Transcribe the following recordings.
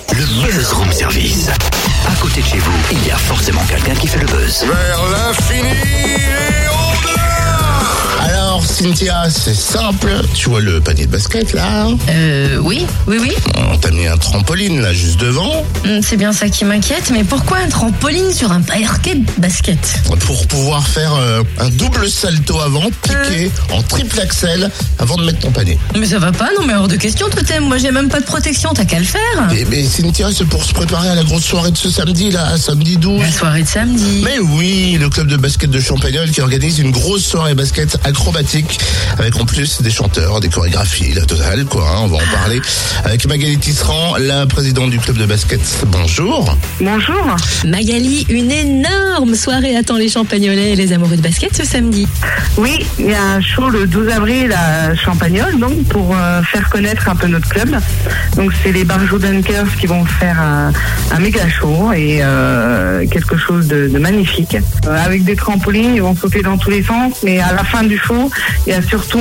Le Buzz Room Service. À côté de chez vous, il y a forcément quelqu'un qui fait le buzz. Vers l'infini et au-delà. Alors, Cynthia, c'est simple. Tu vois le panier de basket, là? Oui. On t'a mis un trampoline, là, juste devant. C'est bien ça qui m'inquiète, mais pourquoi un trampoline sur un parquet de basket? Pour pouvoir faire un double salto avant, piqué en triple axel, avant de mettre ton panier. Mais ça va pas, non mais hors de question, Totem. Moi j'ai même pas de protection, t'as qu'à le faire. Mais Cynthia, c'est pour se préparer à la grosse soirée de ce samedi, là, samedi 12. La soirée de samedi. Mais oui, le club de basket de Champagnole qui organise une grosse soirée basket acrobatique avec en plus des chanteurs, des chorégraphies, la totale quoi, hein, on va en parler avec Magali Tisserand, la présidente du club de basket. Bonjour. Bonjour. Magali, une énorme soirée attend les Champagnolais et les amoureux de basket ce samedi. Oui, il y a un show le 12 avril à Champagnole, donc pour faire connaître un peu notre club. Donc c'est les Barjou Dunkers qui vont faire un méga show et quelque chose de magnifique. Avec des trampolines, ils vont sauter dans tous les sens, mais à la fin du show, il y a surtout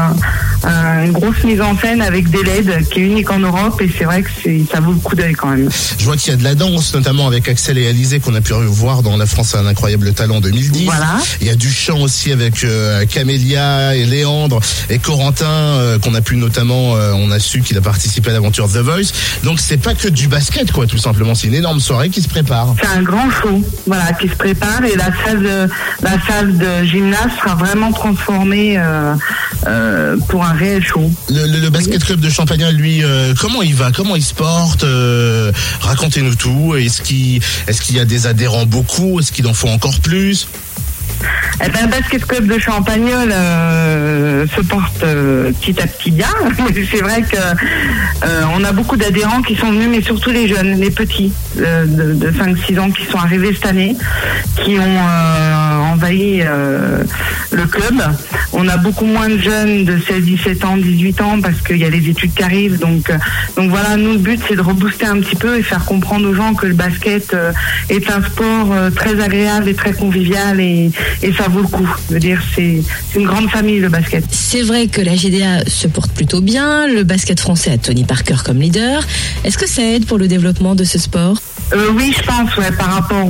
une grosse mise en scène avec des LED qui est unique en Europe et c'est vrai que ça vaut le coup d'œil quand même. Je vois qu'il y a de la danse, notamment avec Axel et Alizé qu'on a pu voir dans La France a un incroyable talent 2010. Voilà. Il y a du chant aussi avec Camélia et Léandre et Corentin qu'on a pu notamment, on a su qu'il a participé à l'aventure The Voice. Donc c'est pas que du basket quoi, tout simplement. C'est une énorme soirée qui se prépare. C'est un grand show, voilà, qui se prépare et la salle de gymnase sera vraiment transformée pour un réel show. Le basket club de Champagnole, lui, comment il va? Comment il se porte? Racontez-nous tout. Est-ce qu'il y a des adhérents beaucoup? Est-ce qu'il en faut encore plus? Eh ben, le basket club de Champagnole se porte petit à petit bien. C'est vrai que on a beaucoup d'adhérents qui sont venus, mais surtout les jeunes, les petits de 5-6 ans qui sont arrivés cette année, qui ont envahi le club. On a beaucoup moins de jeunes de 16, 17 ans, 18 ans parce qu'il y a les études qui arrivent. Donc voilà, nous le but c'est de rebooster un petit peu et faire comprendre aux gens que le basket est un sport très agréable et très convivial et ça vaut le coup. Je veux dire, c'est une grande famille le basket. C'est vrai que la GDA se porte plutôt bien, le basket français a Tony Parker comme leader. Est-ce que ça aide pour le développement de ce sport? Oui, je pense, ouais, par rapport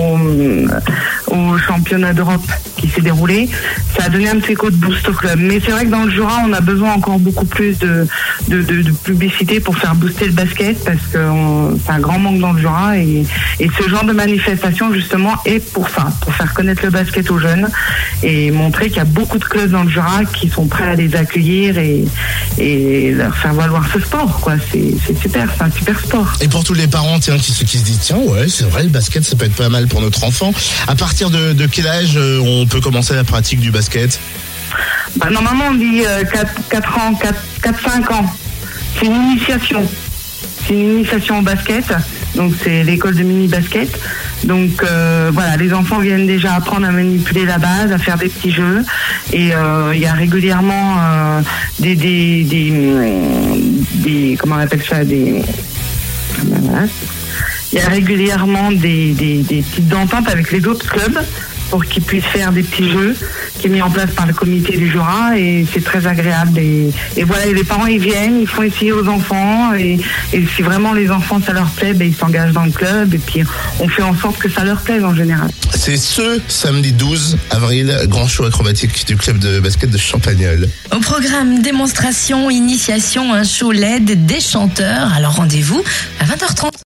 au championnat d'Europe qui s'est déroulé, ça a donné un petit coup de boost au club. Mais c'est vrai que dans le Jura, on a besoin encore beaucoup plus de publicité pour faire booster le basket parce que c'est un grand manque dans le Jura et ce genre de manifestation justement est pour ça, pour faire connaître le basket aux jeunes et montrer qu'il y a beaucoup de clubs dans le Jura qui sont prêts à les accueillir et leur faire valoir ce sport, quoi. C'est super, c'est un super sport. Et pour tous les parents, tiens, qui se disent, tiens, ouais, c'est vrai, le basket, ça peut être pas mal pour notre enfant. À partir de quel âge on peut commencer la pratique du basket? Normalement, on dit 4-5 ans. C'est une initiation. C'est une initiation au basket. Donc, c'est l'école de mini-basket. Donc, voilà, les enfants viennent déjà apprendre à manipuler la base, à faire des petits jeux. Et il y a régulièrement des comment on appelle ça, il y a régulièrement des petites ententes avec les autres clubs pour qu'ils puissent faire des petits jeux qui est mis en place par le comité du Jura et c'est très agréable et voilà, et les parents ils viennent, ils font essayer aux enfants et si vraiment les enfants ça leur plaît, ils s'engagent dans le club et puis on fait en sorte que ça leur plaise en général. C'est ce samedi 12 avril, grand show acrobatique du club de basket de Champagnole. Au programme démonstration, initiation, un show LED, des chanteurs. Alors rendez-vous à 20h30.